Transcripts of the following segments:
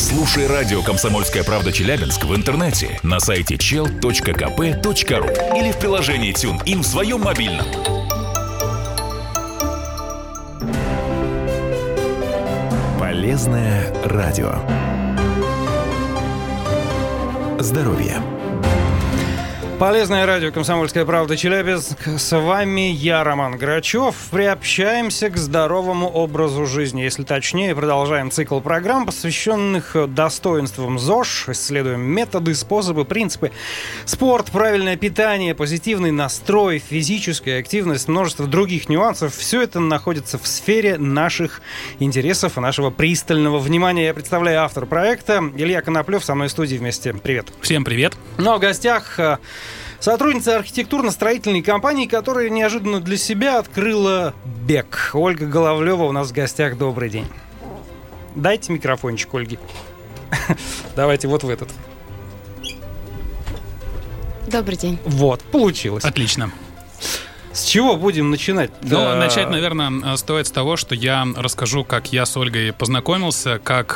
Слушай радио «Комсомольская правда» Челябинск в интернете на сайте chel.kp.ru или в приложении TuneIn в своем мобильном. Полезное радио. Здоровье. Полезное радио «Комсомольская правда» Челябинск. С вами я, Роман Грачев. Приобщаемся к здоровому образу жизни. Если точнее, продолжаем цикл программ, посвященных достоинствам ЗОЖ. Исследуем методы, способы, принципы. Спорт, правильное питание, позитивный настрой, физическая активность, множество других нюансов. Все это находится в сфере наших интересов и нашего пристального внимания. Я представляю автор проекта. Илья Коноплев со мной в студии вместе. Привет. Всем привет. Ну а в гостях сотрудница архитектурно-строительной компании, которая неожиданно для себя открыла бег. Ольга Головлева у нас в гостях. Добрый день. Дайте микрофончик Ольге. Давайте вот в этот. Добрый день. Вот, получилось. Отлично. С чего будем начинать? Начать, наверное, стоит с того, что я расскажу, как я с Ольгой познакомился,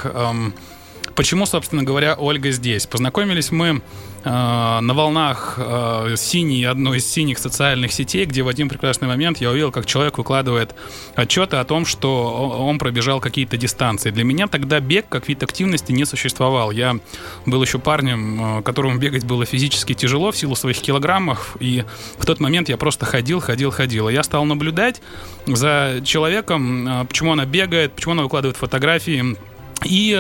почему, собственно говоря, Ольга здесь. Познакомились мы на волнах одной из синих социальных сетей, где в один прекрасный момент я увидел, как человек выкладывает отчеты о том, что он пробежал какие-то дистанции. Для меня тогда бег как вид активности не существовал. Я был еще парнем, которому бегать было физически тяжело в силу своих килограммов, и в тот момент я просто ходил. И я стал наблюдать за человеком, почему она бегает, почему она выкладывает фотографии. И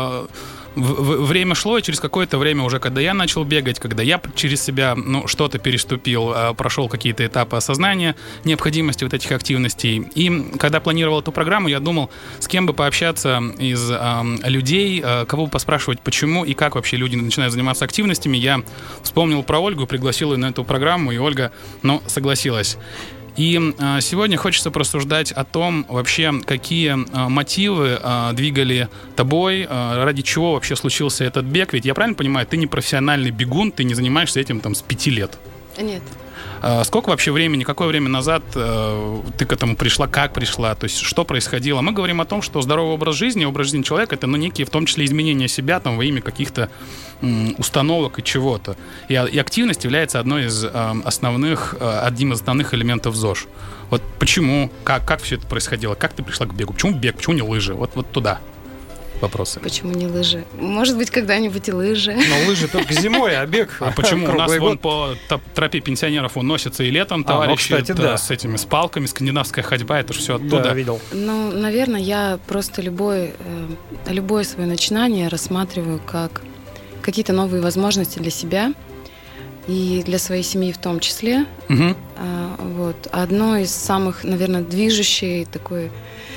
время шло, и через какое-то время уже, когда я начал бегать, когда я через себя что-то переступил, прошел какие-то этапы осознания необходимости вот этих активностей. И когда планировал эту программу, я думал, с кем бы пообщаться из людей, кого бы поспрашивать, почему и как вообще люди начинают заниматься активностями. Я вспомнил про Ольгу, пригласил ее на эту программу, и Ольга, согласилась. И сегодня хочется порассуждать о том, вообще, какие мотивы двигали тобой, ради чего вообще случился этот бег. Ведь я правильно понимаю, ты не профессиональный бегун, ты не занимаешься этим с 5 лет? Нет. Сколько вообще времени, какое время назад ты к этому пришла, как пришла, то есть что происходило? Мы говорим о том, что здоровый образ жизни человека — это некие, в том числе, изменения себя во имя каких-то установок и чего-то. И активность является одним из основных элементов ЗОЖ. Вот почему, как все это происходило, как ты пришла к бегу, почему бег, почему не лыжи, вот туда вопросы. Почему не лыжи? Может быть, когда-нибудь и лыжи. Но лыжи только зимой, а бег А почему? У нас вон по тропе пенсионеров носятся и летом товарищи, кстати, да. с этими, с палками, скандинавская ходьба, это же все оттуда. Да, видел. Наверное, я просто любое свое начинание рассматриваю как какие-то новые возможности для себя и для своей семьи в том числе. Угу. Одно из самых, наверное, движущей такой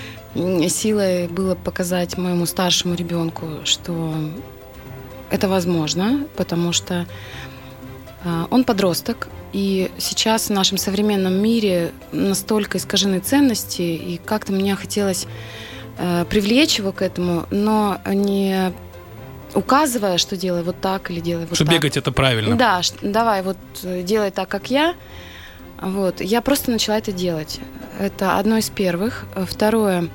силой было показать моему старшему ребенку, что это возможно, потому что он подросток, и сейчас в нашем современном мире настолько искажены ценности, и как-то мне хотелось привлечь его к этому, но не указывая, что делай вот так или делай вот что так. Что бегать это правильно. Да, давай делай так, как я. Я просто начала это делать. Это одно из первых. Второе.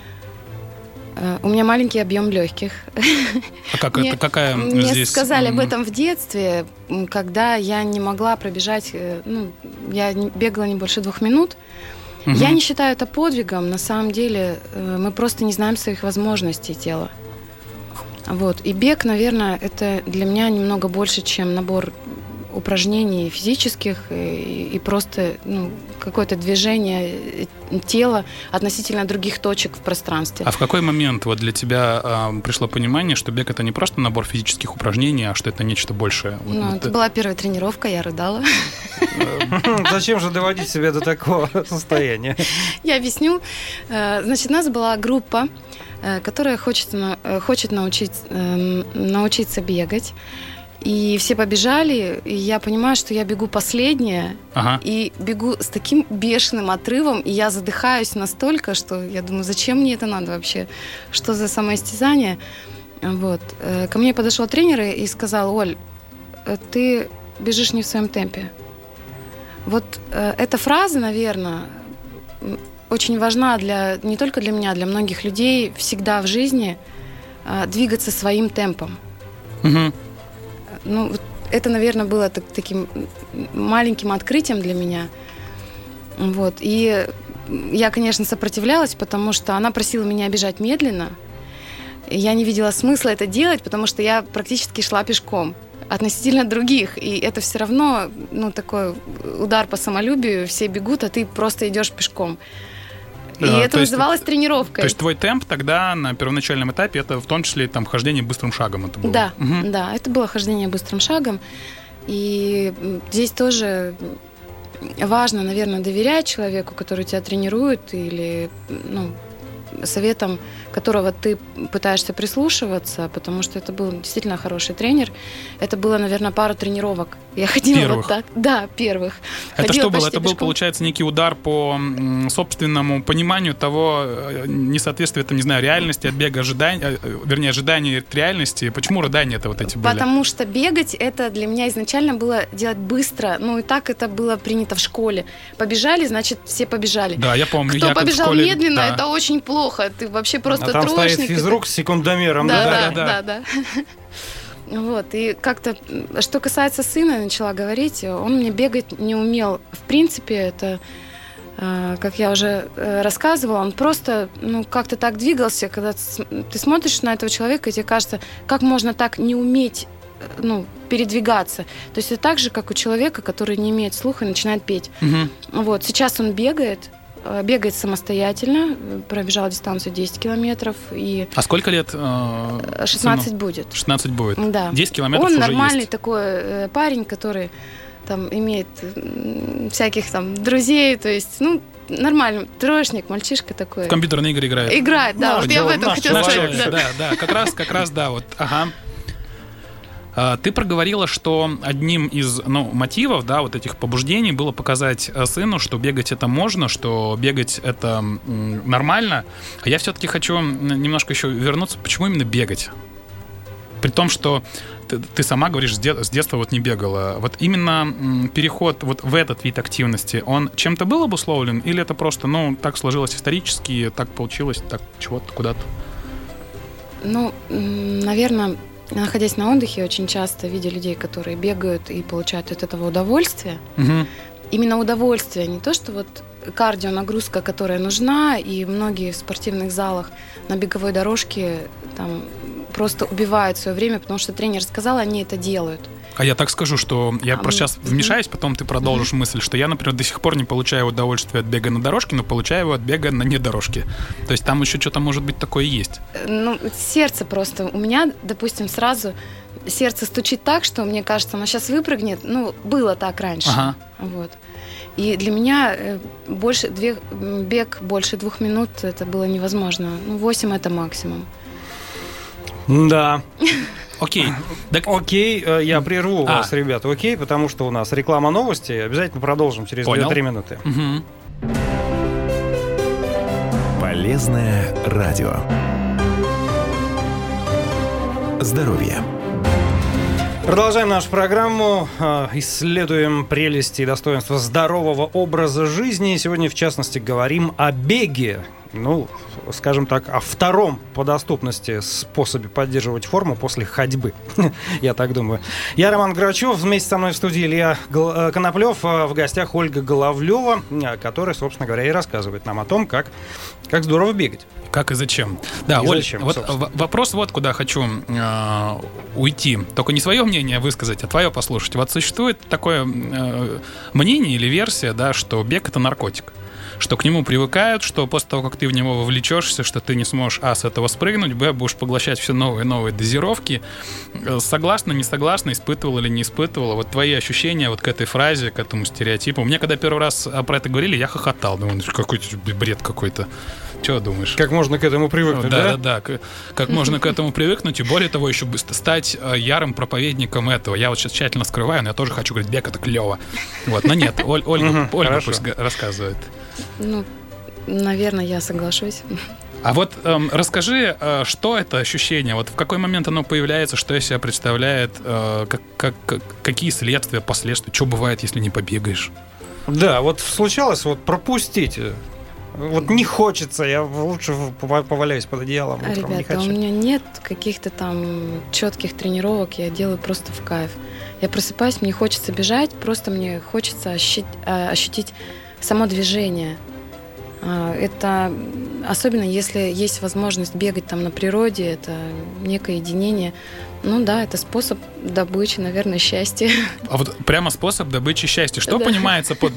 У меня маленький объем легких. А какая мне здесь? Сказали об этом в детстве, когда я не могла пробежать, я бегала не больше 2 минут. Угу. Я не считаю это подвигом. На самом деле мы просто не знаем своих возможностей тела. И бег, наверное, это для меня немного больше, чем набор упражнений физических и просто какое-то движение тела относительно других точек в пространстве. А в какой момент для тебя пришло понимание, что бег — это не просто набор физических упражнений, а что это нечто большее? Это была первая тренировка, я рыдала. Зачем же доводить себя до такого состояния? Я объясню. Значит, у нас была группа, которая хочет научиться бегать. И все побежали, и я понимаю, что я бегу последняя, и бегу с таким бешеным отрывом, и я задыхаюсь настолько, что я думаю, зачем мне это надо вообще? Что за самоистязание? Ко мне подошел тренер и сказал: Оль, ты бежишь не в своем темпе. Эта фраза, наверное, очень важна не только для меня, для многих людей всегда в жизни. двигаться своим темпом. Угу. Ну, это, наверное, было таким маленьким открытием для меня. Вот. И я, конечно, сопротивлялась, потому что она просила меня бежать медленно. Я не видела смысла это делать, потому что я практически шла пешком относительно других. И это все равно, ну, такой удар по самолюбию. Все бегут, а ты просто идешь пешком. И это называлось тренировкой. То есть твой темп тогда на первоначальном этапе, это в том числе там хождение быстрым шагом это было? Да, да, это было хождение быстрым шагом. И здесь тоже важно, наверное, доверять человеку, который тебя тренирует, или, ну, советом которого ты пытаешься прислушиваться, потому что это был действительно хороший тренер. Это было, наверное, пару тренировок. Я ходила первых. Вот так. Да, первых. Это ходила что было? Это пешком. был, получается, некий удар по собственному пониманию того несоответствия, там, не знаю, реальности от бега, ожидания от реальности. Почему рыдания это вот эти были? Потому что бегать, это для меня изначально было делать быстро. Ну, и так это было принято в школе. Побежали, значит, все побежали. Да, я помню. Кто побежал медленно, да. это очень плохо. Ты вообще просто там троечник. стоит физрук с секундомером. Да. Вот, и как-то, что касается сына, я начала говорить, он мне бегать не умел. В принципе, это, как я уже рассказывала, он просто, ну, как-то так двигался, когда ты смотришь на этого человека, и тебе кажется, как можно так не уметь, ну, передвигаться. То есть это так же, как у человека, который не имеет слуха и начинает петь. Угу. Вот, сейчас он бегает самостоятельно, пробежал дистанцию 10 километров. И а сколько лет? 16 сыну? будет. 16 будет? Да. 10 километров он уже нормальный есть. такой парень, который там имеет всяких там друзей, то есть, ну, нормальный троечник, мальчишка такой. В компьютерные игры играет? Играет, да, вот я об этом хотела сказать. Да, как раз, да, вот, ага. Ты проговорила, что одним из мотивов, да, вот этих побуждений было показать сыну, что бегать это можно, что бегать это нормально. А я все-таки хочу немножко еще вернуться, почему именно бегать? При том, что ты сама говоришь, с детства вот не бегала. Вот именно переход вот в этот вид активности, он чем-то был обусловлен? Или это просто, ну, так сложилось исторически, так получилось, так чего-то, куда-то? Ну, наверное, находясь на отдыхе, очень часто видя людей, которые бегают и получают от этого удовольствие. Угу. Именно удовольствие, не то, что вот кардионагрузка, которая нужна, и многие в спортивных залах на беговой дорожке там просто убивают свое время, потому что тренер сказал, они это делают. А я так скажу, что я просто сейчас вмешаюсь, потом ты продолжишь мысль, что я, например, до сих пор не получаю удовольствие от бега на дорожке, но получаю его от бега на недорожке. То есть там еще что-то, может быть, такое есть. Ну, сердце просто. У меня, допустим, сразу сердце стучит так, что мне кажется, оно сейчас выпрыгнет. Ну, было так раньше. Ага. Вот. И для меня бег больше 2 минут это было невозможно. 8 это максимум. Да. Окей. Окей, я прерву вас, ребята, окей, потому что у нас реклама новости. Обязательно продолжим через 2-3 минуты. Угу. Полезное радио. Здоровье. Продолжаем нашу программу, исследуем прелести и достоинства здорового образа жизни. Сегодня, в частности, говорим о беге. Ну, скажем так, о втором по доступности способе поддерживать форму после ходьбы. Я так думаю. Я Роман Грачев, вместе со мной в студии Илья Коноплев, в гостях Ольга Головлева, которая, собственно говоря, и рассказывает нам о том, как здорово бегать. Как и зачем. Да, Оль, зачем, вот вопрос вот куда хочу уйти. Только не свое мнение высказать, а твое послушать. Вот существует такое мнение или версия, да, что бег — это наркотик. Что к нему привыкают, что после того, как ты в него вовлечешься, что ты не сможешь, с этого спрыгнуть, будешь поглощать все новые и новые дозировки. Согласна, не согласна, испытывала или не испытывала? Вот твои ощущения вот к этой фразе, к этому стереотипу. Мне когда первый раз про это говорили, я хохотал. Думаю, какой-то бред какой-то. Чего думаешь? Как можно к этому привыкнуть, да? Да. Как можно к этому привыкнуть, и более того, еще стать ярым проповедником этого. Я вот сейчас тщательно скрываю, но я тоже хочу говорить, бег — это клево. Вот, но нет, Ольга пусть рассказывает. Ну, наверное, я соглашусь. А вот расскажи, что это ощущение? Вот в какой момент оно появляется, что из себя представляет, какие следствия, последствия, что бывает, если не побегаешь? Да, вот случалось пропустить Вот не хочется, я лучше поваляюсь под одеялом утром, не Ребята, хочу. у меня нет каких-то там четких тренировок, я делаю просто в кайф. Я просыпаюсь, мне хочется бежать, просто мне хочется ощутить само движение. Это особенно если есть возможность бегать там на природе, это некое единение. Ну да, это способ добычи, наверное, счастья. А вот прямо способ добычи счастья. Что понимается под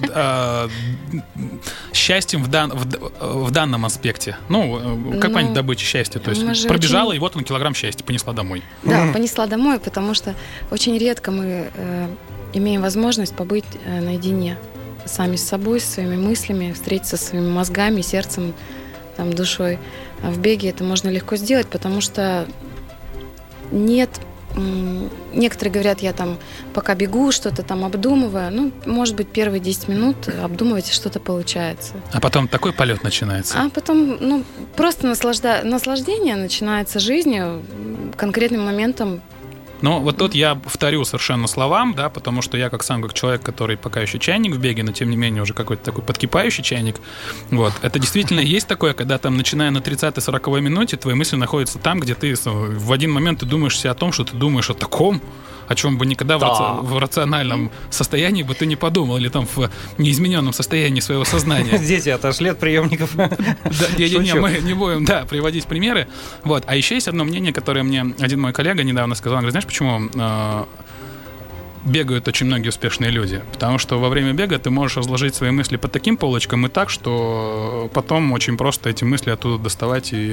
счастьем в данном аспекте? Ну, как понять добычу счастья? То есть пробежала, и вот он килограмм счастья, понесла домой. Да, понесла домой, потому что очень редко мы имеем возможность побыть наедине сами с собой, со своими мыслями, встретиться со своими мозгами, сердцем, там, душой. А в беге это можно легко сделать, потому что нет... Некоторые говорят, я там пока бегу, что-то там обдумываю. Ну, может быть, первые 10 минут обдумывать, и что-то получается. А потом такой полет начинается. А потом, ну, просто наслаждение начинается жизнью, конкретным моментом. Ну, вот тут я повторю совершенно словам, да, потому что я как человек, который пока еще чайник в беге, но тем не менее уже какой-то такой подкипающий чайник, вот, это действительно есть такое, когда там, начиная на 30-40 минуте, твои мысли находятся там, где ты в один момент ты думаешь себе о том, что ты думаешь о таком, о чем бы никогда в рациональном состоянии бы ты не подумал, или там в неизмененном состоянии своего сознания. Дети отошли от приемников. Мы не будем, приводить примеры. Вот. А еще есть одно мнение, которое мне один мой коллега недавно сказал. Он говорит, знаешь, почему бегают очень многие успешные люди? Потому что во время бега ты можешь разложить свои мысли по таким полочкам и так, что потом очень просто эти мысли оттуда доставать и...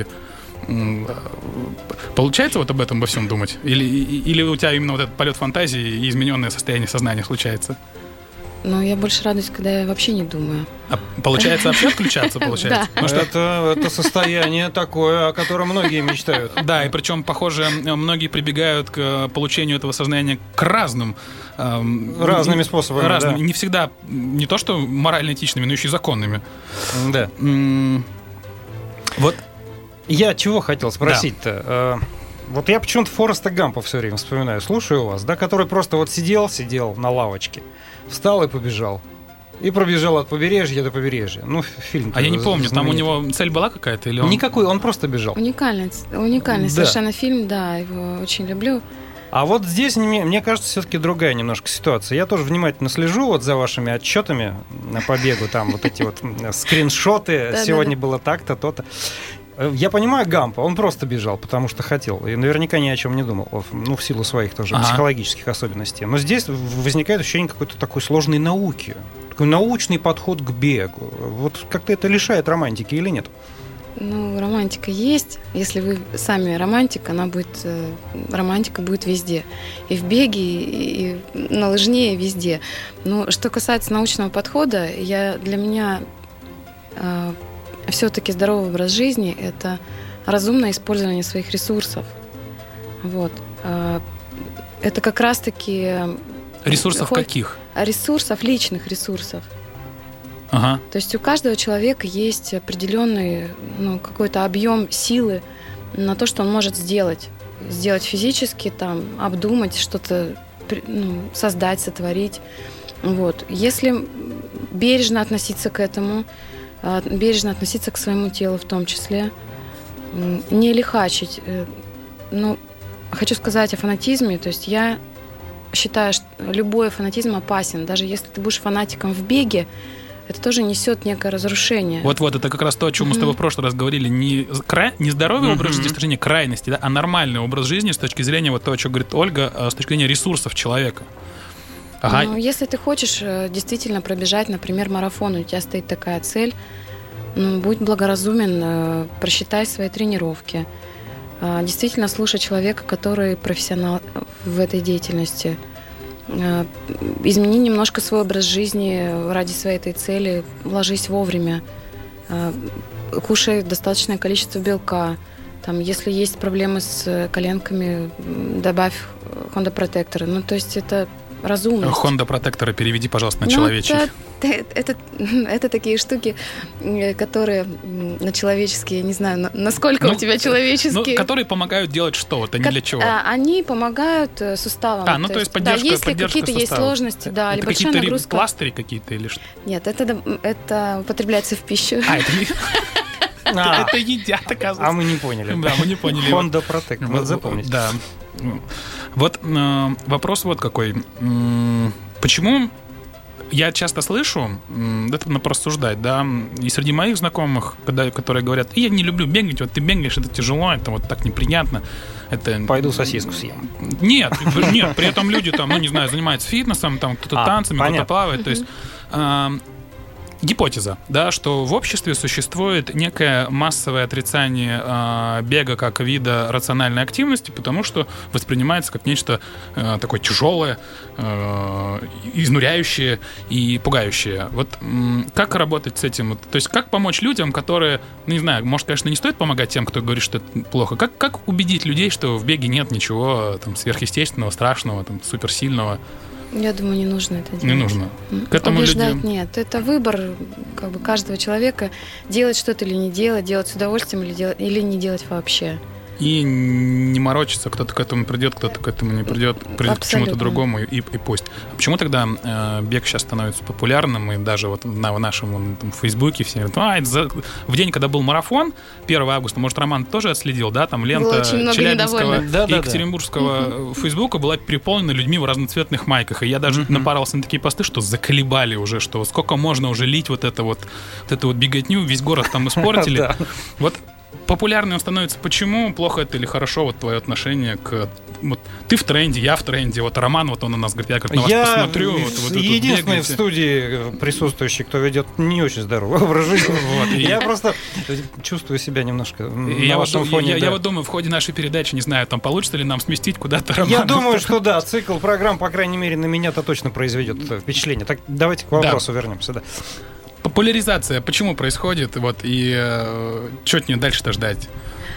Получается вот об этом во всем думать? Или у тебя именно вот этот полет фантазии и измененное состояние сознания случается? Ну, я больше радуюсь, когда я вообще не думаю. А получается вообще отключаться, получается? Да. Это состояние такое, о котором многие мечтают. Да, и причем, похоже, многие прибегают к получению этого сознания к разными способами. Да. Не всегда, не то что морально-этичными, но еще и законными. Да. Вот. Я чего хотел спросить-то? Да. Вот я почему-то Фореста Гампа все время вспоминаю, слушаю вас, да, который просто вот сидел на лавочке, встал и побежал. И пробежал от побережья до побережья. Ну, фильм. А я не помню, там у него цель была какая-то? Или он... Никакой, он просто бежал. Уникальный совершенно фильм, да, его очень люблю. А вот здесь, мне кажется, все-таки другая немножко ситуация. Я тоже внимательно слежу вот за вашими отчетами по бегу, там вот эти вот скриншоты, сегодня было так-то, то-то. Я понимаю Гампа, он просто бежал, потому что хотел. И наверняка ни о чем не думал, в силу своих тоже психологических особенностей. Но здесь возникает ощущение какой-то такой сложной науки. Такой научный подход к бегу. Вот как-то это лишает романтики или нет? Ну, романтика есть. Если вы сами романтик, романтика будет везде. И в беге, и на лыжне, и везде. Но что касается научного подхода, для меня... все-таки здоровый образ жизни – это разумное использование своих ресурсов. Вот. Это как раз-таки... Ресурсов каких? Личных ресурсов. Ага. То есть у каждого человека есть определенный какой-то объем силы на то, что он может сделать. Сделать физически, там, обдумать, что-то создать, сотворить. Вот. Если бережно относиться к этому, бережно относиться к своему телу в том числе, не лихачить. Хочу сказать о фанатизме, то есть я считаю, что любой фанатизм опасен. Даже если ты будешь фанатиком в беге, это тоже несет некое разрушение. Вот, это как раз то, о чем мы с тобой в прошлый раз говорили. Не здоровый образ жизни с точки зрения крайности, да, а нормальный образ жизни с точки зрения вот того, о чем говорит Ольга, с точки зрения ресурсов человека. Ага. Если ты хочешь действительно пробежать, например, марафон, у тебя стоит такая цель, будь благоразумен, просчитай свои тренировки. Действительно слушай человека, который профессионал в этой деятельности. Измени немножко свой образ жизни ради своей этой цели, ложись вовремя, кушай достаточное количество белка. Там, если есть проблемы с коленками, добавь хондопротекторы. То есть это разумность. Honda протектора переведи, пожалуйста, на человечий. Это такие штуки, которые на человеческие, не знаю, насколько у тебя человеческие. Которые помогают делать что? Это не для чего? Они помогают суставам. То есть поддержка суставов. Если какие-то есть сложности, да, или большая нагрузка. Какие-то пластыри какие-то или что? Нет, это употребляется в пищу. Это едят, оказывается. А мы не поняли. Да, мы не поняли. Honda Protect, вот запомните. Да. Вот вопрос вот какой. Почему я часто слышу, это надо порассуждать, да, и среди моих знакомых, которые говорят, я не люблю бегать, вот ты бегаешь, это тяжело, это вот так неприятно. Это... Пойду сосиску съем. Нет, при этом люди там, ну не знаю, занимаются фитнесом, там кто-то танцами, кто-то плавает, то есть... Гипотеза, да, что в обществе существует некое массовое отрицание бега как вида рациональной активности, потому что воспринимается как нечто такое тяжелое, изнуряющее и пугающее. Вот как работать с этим? То есть как помочь людям, которые, ну, не знаю, может, конечно, не стоит помогать тем, кто говорит, что это плохо. Как убедить людей, что в беге нет ничего там сверхъестественного, страшного, там, суперсильного? Я думаю, не нужно это делать. Не нужно. К этому убеждать люди... нет. Это выбор как бы каждого человека делать что-то или не делать с удовольствием или не делать вообще. И не морочиться, кто-то к этому придет, кто-то к этому не придет к чему-то другому, и пусть. А почему тогда бег сейчас становится популярным, и даже вот на нашем Фейсбуке все говорят, в день, когда был марафон, 1 августа, может, Роман тоже отследил, да, там лента Челябинского и Екатеринбургского Фейсбука была переполнена людьми в разноцветных майках, и я даже напарался на такие посты, что заколебали уже, что сколько можно уже лить вот эту беготню, весь город там испортили. Вот популярным он становится почему? Плохо это или хорошо? Вот твое отношение к... Вот, ты в тренде, я в тренде. Вот Роман, вот он у нас говорит, я на вас посмотрю. Единственный в студии присутствующий, кто ведет не очень здоровый образ жизни. Я просто чувствую себя немножко на вашем фоне. Я вот думаю, в ходе нашей передачи, не знаю, там получится ли нам сместить куда-то Романа. Я думаю, что да, цикл программ, по крайней мере, на меня-то точно произведет впечатление. Так, давайте к вопросу вернемся. Да. Популяризация почему происходит? Вот, и что от нее дальше-то ждать?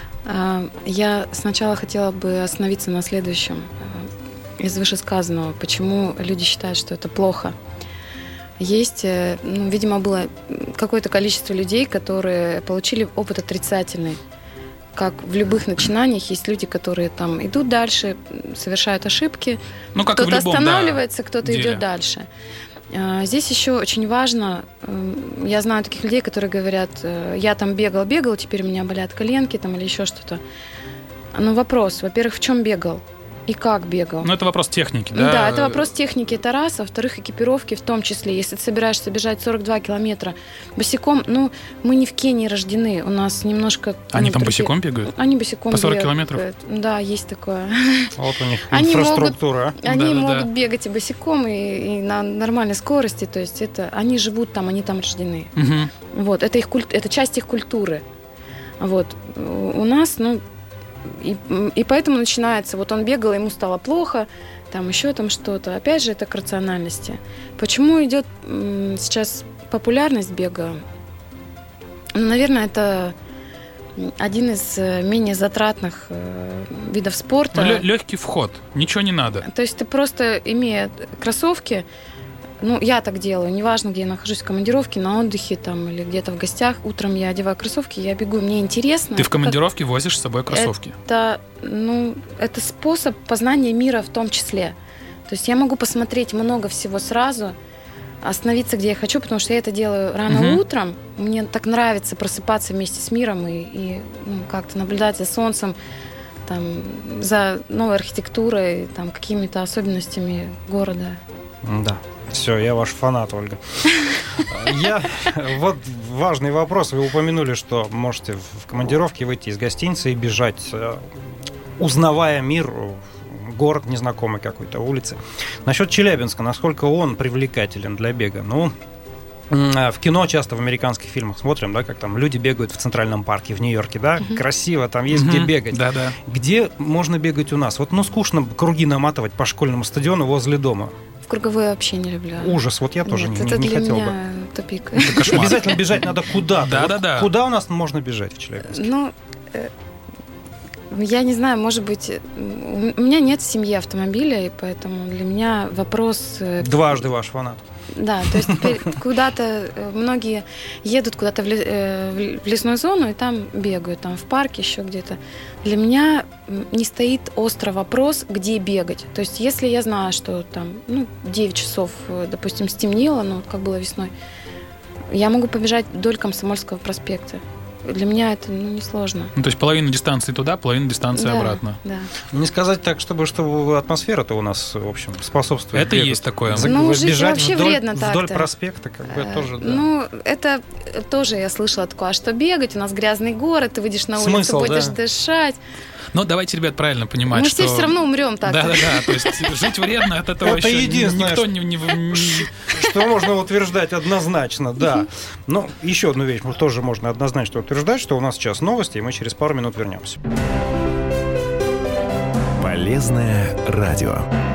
Я сначала хотела бы остановиться на следующем. Из вышесказанного. Почему люди считают, что это плохо? Есть, видимо, было какое-то количество людей, которые получили опыт отрицательный. Как в любых начинаниях, есть люди, которые там идут дальше, совершают ошибки. Кто-то останавливается, кто-то идет дальше. Здесь еще очень важно, я знаю таких людей, которые говорят, я там бегал, теперь у меня болят коленки там, или еще что-то. Но вопрос, во-первых, в чем бегал? И как бегал? Ну, это вопрос техники, да? Да, это вопрос техники, это раз. А во-вторых, экипировки в том числе. Если ты собираешься бежать 42 километра босиком, мы не в Кении рождены, у нас немножко... Они там босиком бегают? Они босиком бегают. По 40 километров? Да, есть такое. Вот у них инфраструктура. Они могут бегать и босиком, и на нормальной скорости, то есть они живут там, они там рождены. Вот, это часть их культуры. Вот. У нас, и поэтому начинается, вот он бегал, ему стало плохо, там еще там что-то. Опять же, это к рациональности. Почему идет сейчас популярность бега? Наверное, это один из менее затратных видов спорта. Легкий вход, ничего не надо. То есть ты просто, имея кроссовки, я так делаю, неважно, где я нахожусь в командировке, на отдыхе там, или где-то в гостях, утром я одеваю кроссовки, я бегу, мне интересно. Ты в командировке возишь с собой кроссовки? Это способ познания мира в том числе. То есть я могу посмотреть много всего сразу, остановиться, где я хочу, потому что я это делаю рано утром. Мне так нравится просыпаться вместе с миром и как-то наблюдать за солнцем, там, за новой архитектурой, там, какими-то особенностями города. Да. Все, я ваш фанат, Ольга. Вот важный вопрос. Вы упомянули, что можете в командировке выйти из гостиницы и бежать, узнавая мир, город незнакомый какой-то, улицы. Насчет Челябинска, насколько он привлекателен для бега? В кино часто, в американских фильмах смотрим, да, как там люди бегают в Центральном парке в Нью-Йорке, да, красиво, там есть где бегать. Да. Где можно бегать у нас? Вот, скучно круги наматывать по школьному стадиону возле дома. Круговое вообще не люблю. Ужас, вот я тоже не хотел бы. Это для меня тупик. Обязательно бежать надо куда-то. Да. Куда у нас можно бежать в Челябинске? Я не знаю, может быть, у меня нет в семье автомобиля, и поэтому для меня вопрос... Дважды ваш фанат. Да, то есть теперь куда-то многие едут куда-то в лесную зону и там бегают, там в парке, еще где-то. Для меня не стоит остро вопрос, где бегать. То есть если я знаю, что там 9 часов, допустим, стемнело, как было весной, я могу побежать вдоль Комсомольского проспекта. Для меня это несложно. То есть половина дистанции туда, половина дистанции обратно. Да. Не сказать так, чтобы атмосфера-то у нас, в общем, способствует. Это есть такое. Жить вообще вредно так-то. Вдоль проспекта, тоже, да. Это тоже я слышала такое, а что бегать, у нас грязный город, ты выйдешь на улицу, будешь дышать. Но давайте, ребят, правильно понимать, что... Мы все равно умрем так-то. Да, то есть жить вредно, от этого это еще единственное, никто что можно утверждать однозначно, да. Но еще одну вещь тоже можно однозначно утверждать, что у нас сейчас новости, и мы через пару минут вернемся. Полезное радио.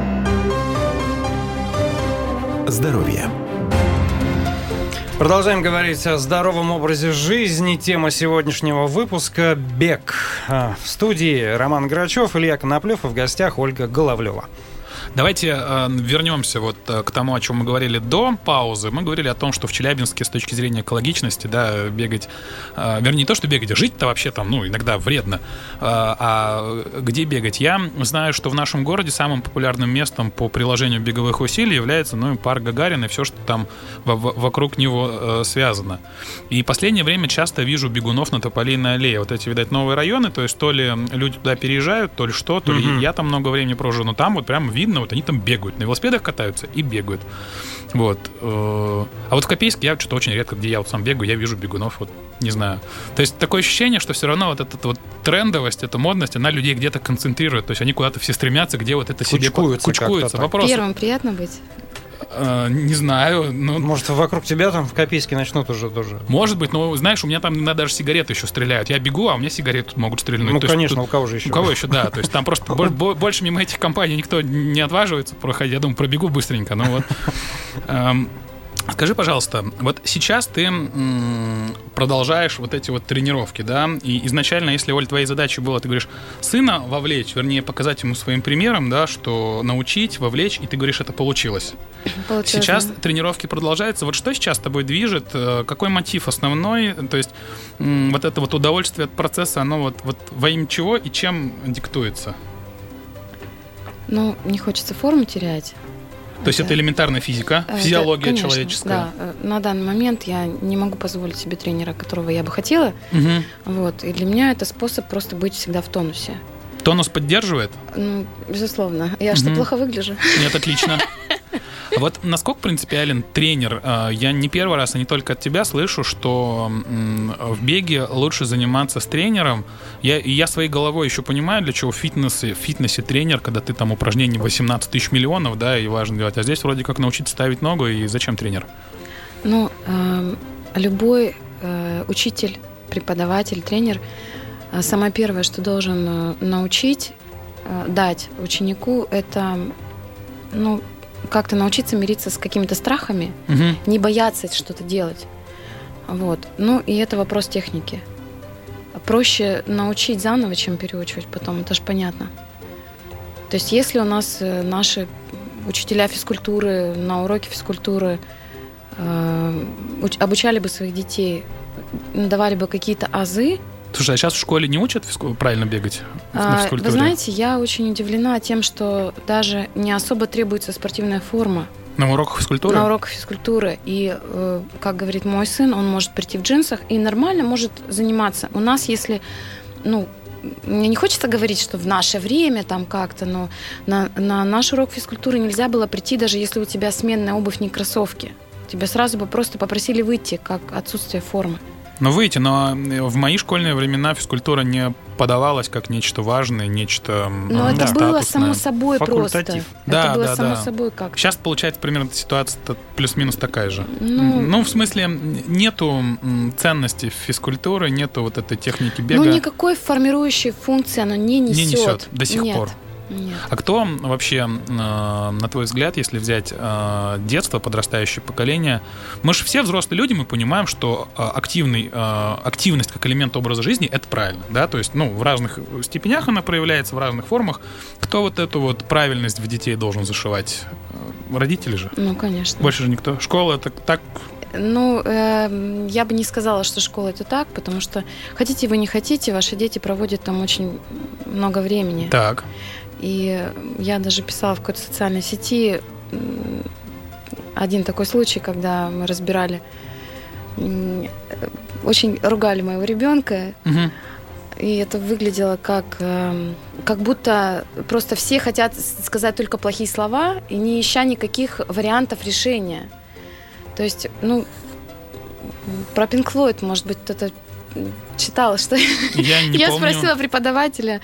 Здоровье. Продолжаем говорить о здоровом образе жизни. Тема сегодняшнего выпуска – бег. В студии Роман Грачев, Илья Коноплев, и в гостях Ольга Головлева. Давайте вернемся к тому, о чем мы говорили до паузы. Мы говорили о том, что в Челябинске с точки зрения экологичности, да, бегать, вернее, не то, что бегать, жить-то вообще там, иногда вредно. А где бегать? Я знаю, что в нашем городе самым популярным местом по приложению беговых усилий является, парк Гагарина и все, что там вокруг него связано. И в последнее время часто вижу бегунов на Тополиной аллее. Вот эти, видать, новые районы, то есть то ли люди туда переезжают, то ли что, то ли я там много времени прожил, но там вот прям видно, они там бегают, на велосипедах катаются и бегают. Вот. А вот в Копейске я что-то очень редко, где я сам бегаю, я вижу бегунов, не знаю. То есть такое ощущение, что все равно вот эта трендовость, эта модность, она людей где-то концентрирует. То есть они куда-то все стремятся, где вот это себе кучкуются. Вопрос. Первым приятно быть? Не знаю. Может, вокруг тебя там в Копейске начнут уже тоже. Может быть, но знаешь, у меня там иногда даже сигареты еще стреляют. Я бегу, а у меня сигареты могут стрельнуть. Конечно, у кого же еще? У кого еще, да. То есть там просто больше мимо этих компаний никто не отваживается проходить. Я думаю, пробегу быстренько. Скажи, пожалуйста, вот сейчас ты продолжаешь вот эти вот тренировки, да, и изначально, если, Оль, твоей задачей было, ты говоришь, сына вовлечь, вернее, показать ему своим примером, да, что научить, вовлечь, и ты говоришь, это получилось. Сейчас тренировки продолжаются. Вот что сейчас тобой движет? Какой мотив основной? То есть вот это вот удовольствие от процесса, оно вот во имя чего и чем диктуется? Не хочется форму терять. То есть это элементарная физика, физиология, конечно, человеческая. Да, на данный момент я не могу позволить себе тренера, которого я бы хотела. И для меня это способ просто быть всегда в тонусе. Тонус поддерживает? Безусловно. Я что, плохо выгляжу? Нет, отлично. Вот насколько принципиален тренер? Я не первый раз, а не только от тебя слышу, что в беге лучше заниматься с тренером. Я своей головой еще понимаю, для чего в фитнесе тренер, когда ты там упражнений 18 тысяч миллионов, да, и важно делать. А здесь вроде как научиться ставить ногу, и зачем тренер? Любой учитель, преподаватель, тренер, самое первое, что должен научить, дать ученику, это, как-то научиться мириться с какими-то страхами, не бояться что-то делать. И это вопрос техники. Проще научить заново, чем переучивать потом, это же понятно. То есть если у нас наши учителя физкультуры на уроке физкультуры обучали бы своих детей, давали бы какие-то азы. Слушай, а сейчас в школе не учат правильно бегать на физкультуре? Вы знаете, я очень удивлена тем, что даже не особо требуется спортивная форма. На уроках физкультуры? На уроках физкультуры. И, как говорит мой сын, он может прийти в джинсах и нормально может заниматься. У нас, если... Мне не хочется говорить, что в наше время там как-то, но на наш урок физкультуры нельзя было прийти, даже если у тебя сменная обувь, не кроссовки. Тебя сразу бы просто попросили выйти, как отсутствие формы. Выйти, но в мои школьные времена физкультура не подавалась как нечто важное, нечто но это было само собой просто. Да, это было само собой как-то. Сейчас, получается, примерно ситуация плюс-минус такая же. В смысле, нету ценности физкультуры, нету вот этой техники бега. Никакой формирующей функции она не несет. До сих пор. Нет. А кто вообще, на твой взгляд, если взять детство, подрастающее поколение, мы же все взрослые люди, мы понимаем, что активность как элемент образа жизни — это правильно, да, то есть, в разных степенях она проявляется, в разных формах. Кто вот эту вот правильность в детей должен зашивать? Родители же? Конечно. Больше же никто. Школа — это так... Я бы не сказала, что школа — это так, потому что, хотите вы не хотите, ваши дети проводят там очень много времени. Так. И я даже писала в какой-то социальной сети один такой случай, когда мы разбирали, очень ругали моего ребенка, и это выглядело как будто просто все хотят сказать только плохие слова, и не ища никаких вариантов решения. То есть, про Pink Floyd, может быть, кто-то читала, что я спросила преподавателя,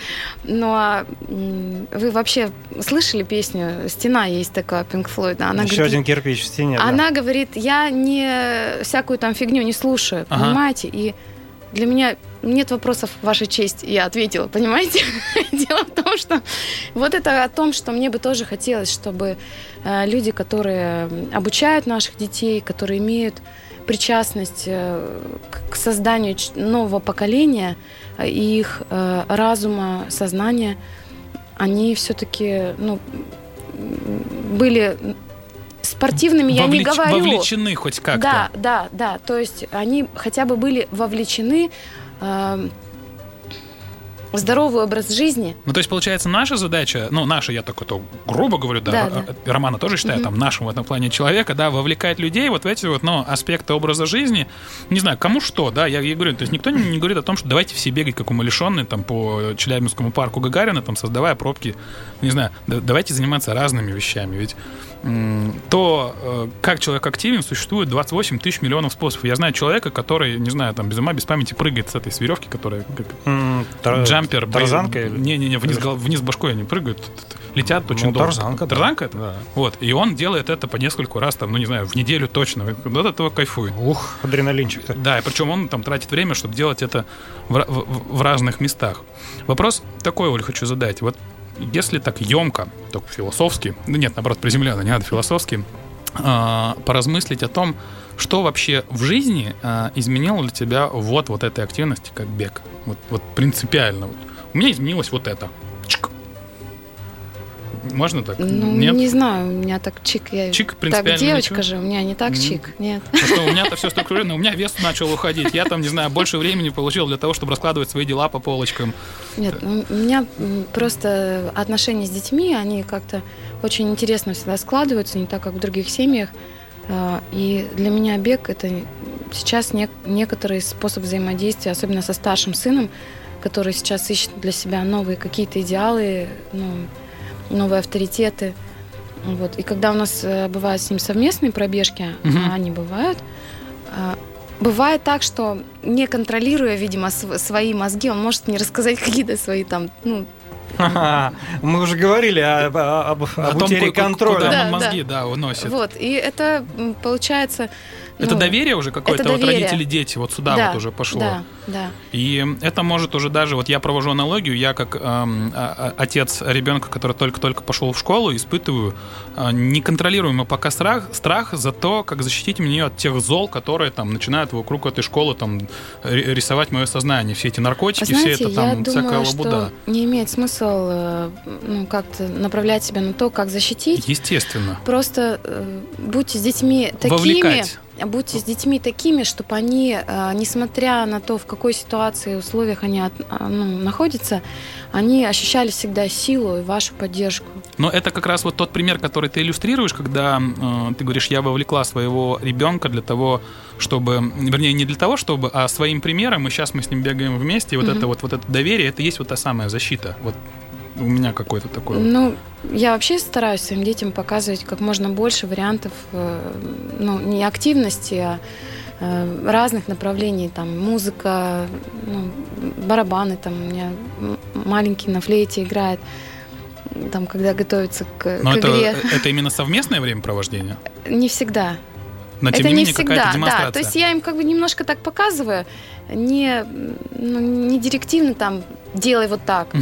вы вообще слышали песню «Стена» есть такая, Pink Floyd? Она Еще говорит, один кирпич в стене. Она говорит, я не всякую там фигню не слушаю, понимаете? И для меня нет вопросов, ваша честь, я ответила, понимаете? Дело в том, что вот это о том, что мне бы тоже хотелось, чтобы люди, которые обучают наших детей, которые имеют причастность к созданию нового поколения, их разума, сознания, они все-таки были спортивными, я не говорю. Вовлечены хоть как-то. Да. То есть они хотя бы были вовлечены в здоровый образ жизни. То есть, получается, наша задача, наша, я так это грубо говорю, да. Романа тоже считаю, нашим в этом плане человека, да, вовлекать людей вот в эти вот, аспекты образа жизни, не знаю, кому что, да, я говорю, то есть никто не говорит о том, что давайте все бегать, как умалишенные, там, по Челябинскому парку Гагарина, там, создавая пробки, не знаю, давайте заниматься разными вещами, ведь то, как человек активен, существует 28 тысяч миллионов способов. Я знаю человека, который, не знаю, там, без ума, без памяти прыгает с этой веревки, которая джампер. Тарзанка? Не, вниз башкой они прыгают, летят очень долго. Тарзанка. Тарзанка это? Да. Вот, и он делает это по нескольку раз, там, не знаю, в неделю точно. От этого кайфует. Адреналинчик-то. Да, и причем он там тратит время, чтобы делать это в разных местах. Вопрос такой, Оль, хочу задать. Вот если так емко, только философски, наоборот, приземленно, не надо философски, поразмыслить о том, что вообще в жизни изменило для тебя вот этой активности, как бег. Вот принципиально. У меня изменилось вот это. Чик. Можно так? Нет? Не знаю, у меня так чик. Я чик принципиально. Так девочка же, у меня не так чик, нет. Что, у меня-то все структурировано, у меня вес начал уходить. Я там, не знаю, больше времени получил для того, чтобы раскладывать свои дела по полочкам. Нет, у меня просто отношения с детьми, они как-то очень интересно всегда складываются, не так, как в других семьях. И для меня бег — это сейчас некоторый способ взаимодействия, особенно со старшим сыном, который сейчас ищет для себя новые какие-то идеалы, новые авторитеты. Вот. И когда у нас бывают с ним совместные пробежки, они бывают, бывает так, что не контролируя, видимо, свои мозги, он может не рассказать какие-то свои там, мы уже говорили об утере контроля. Куда мозги, уносит. Вот, и это получается... Это доверие уже какое-то, вот родители-дети, вот сюда вот уже пошло. Да. И это может уже даже, вот я провожу аналогию, я как отец ребенка, который только-только пошел в школу, испытываю неконтролируемый пока страх за то, как защитить меня от тех зол, которые там начинают вокруг этой школы там рисовать мое сознание. Все эти наркотики, знаете, все это там всякая лабуда. Что не имеет смысла как-то направлять себя на то, как защитить. Естественно. Просто будьте с детьми такими... Вовлекать. Будьте с детьми такими, чтобы они, несмотря на то, в какой ситуации и условиях они находятся, они ощущали всегда силу и вашу поддержку. Но это как раз вот тот пример, который ты иллюстрируешь, когда ты говоришь, я вовлекла своего ребенка для того, чтобы, вернее, не для того, чтобы, а своим примером, и сейчас мы с ним бегаем вместе, и вот это доверие, это есть вот та самая защита. Вот у меня какой-то такой... Я вообще стараюсь своим детям показывать как можно больше вариантов, не активности, а разных направлений. Там музыка, барабаны, там у меня маленький на флейте играет, там, когда готовится к игре. Это именно совместное времяпровождение? Не всегда. Но тем не менее какая-то демонстрация. Да. То есть я им как бы немножко так показываю, не директивно там делай вот так.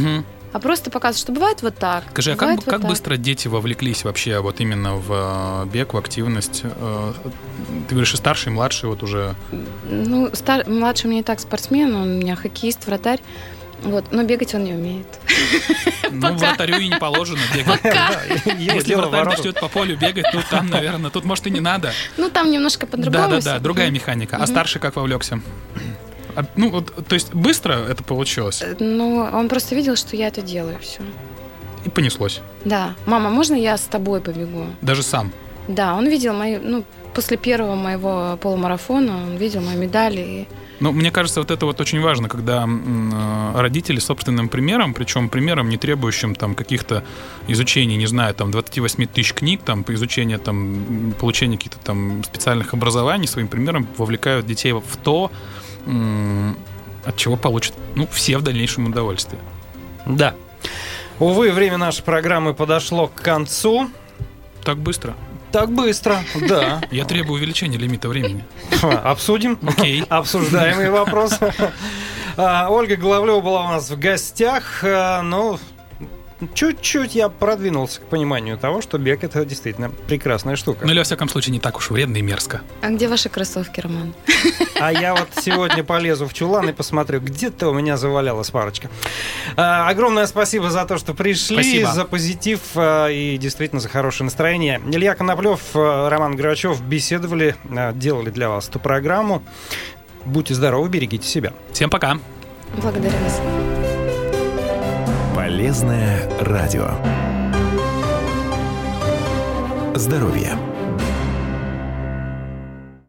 а просто показывать, что бывает вот так. Скажи, а бывает как вот быстро дети вовлеклись вообще вот именно в бег, в активность? Ты говоришь, и старший, и младший вот уже... Ну, младший у меня и так спортсмен, он у меня хоккеист, вратарь. Вот, но бегать он не умеет. Ну, вратарю и не положено бегать. Если вратарь начнет по полю бегать, ну, там, наверное, тут, может, и не надо. Ну, там немножко по-другому. Да, другая механика. А старший как вовлекся? Ну, вот, то есть быстро это получилось? Ну, он просто видел, что я это делаю, все. И понеслось. Да. Мама, можно я с тобой побегу? Даже сам? Да, он видел мои, ну, после первого моего полумарафона, он видел мои медали и... Ну, мне кажется, вот это вот очень важно, когда родители собственным примером, причем примером, не требующим там каких-то изучений, не знаю, там 28 тысяч книг, там по изучению, там получения каких-то там специальных образований, своим примером вовлекают детей в то, от чего получат, ну, все в дальнейшем удовольствие. Да. Увы, время нашей программы подошло к концу. Так быстро? Так быстро, да. Я требую увеличения лимита времени. Обсудим. Окей. Обсуждаемый вопрос. Ольга Головлева была у нас в гостях. Ну, чуть-чуть я продвинулся к пониманию того, что бег — это действительно прекрасная штука. Ну или, во всяком случае, не так уж вредно и мерзко. А где ваши кроссовки, Роман? А я вот сегодня полезу в чулан и посмотрю, где-то у меня завалялась парочка. Огромное спасибо за то, что пришли, спасибо. За позитив и действительно за хорошее настроение. Илья Коноплев, Роман Грачев беседовали, делали для вас эту программу. Будьте здоровы, берегите себя. Всем пока. Благодарю вас. Полезное радио. Здоровье.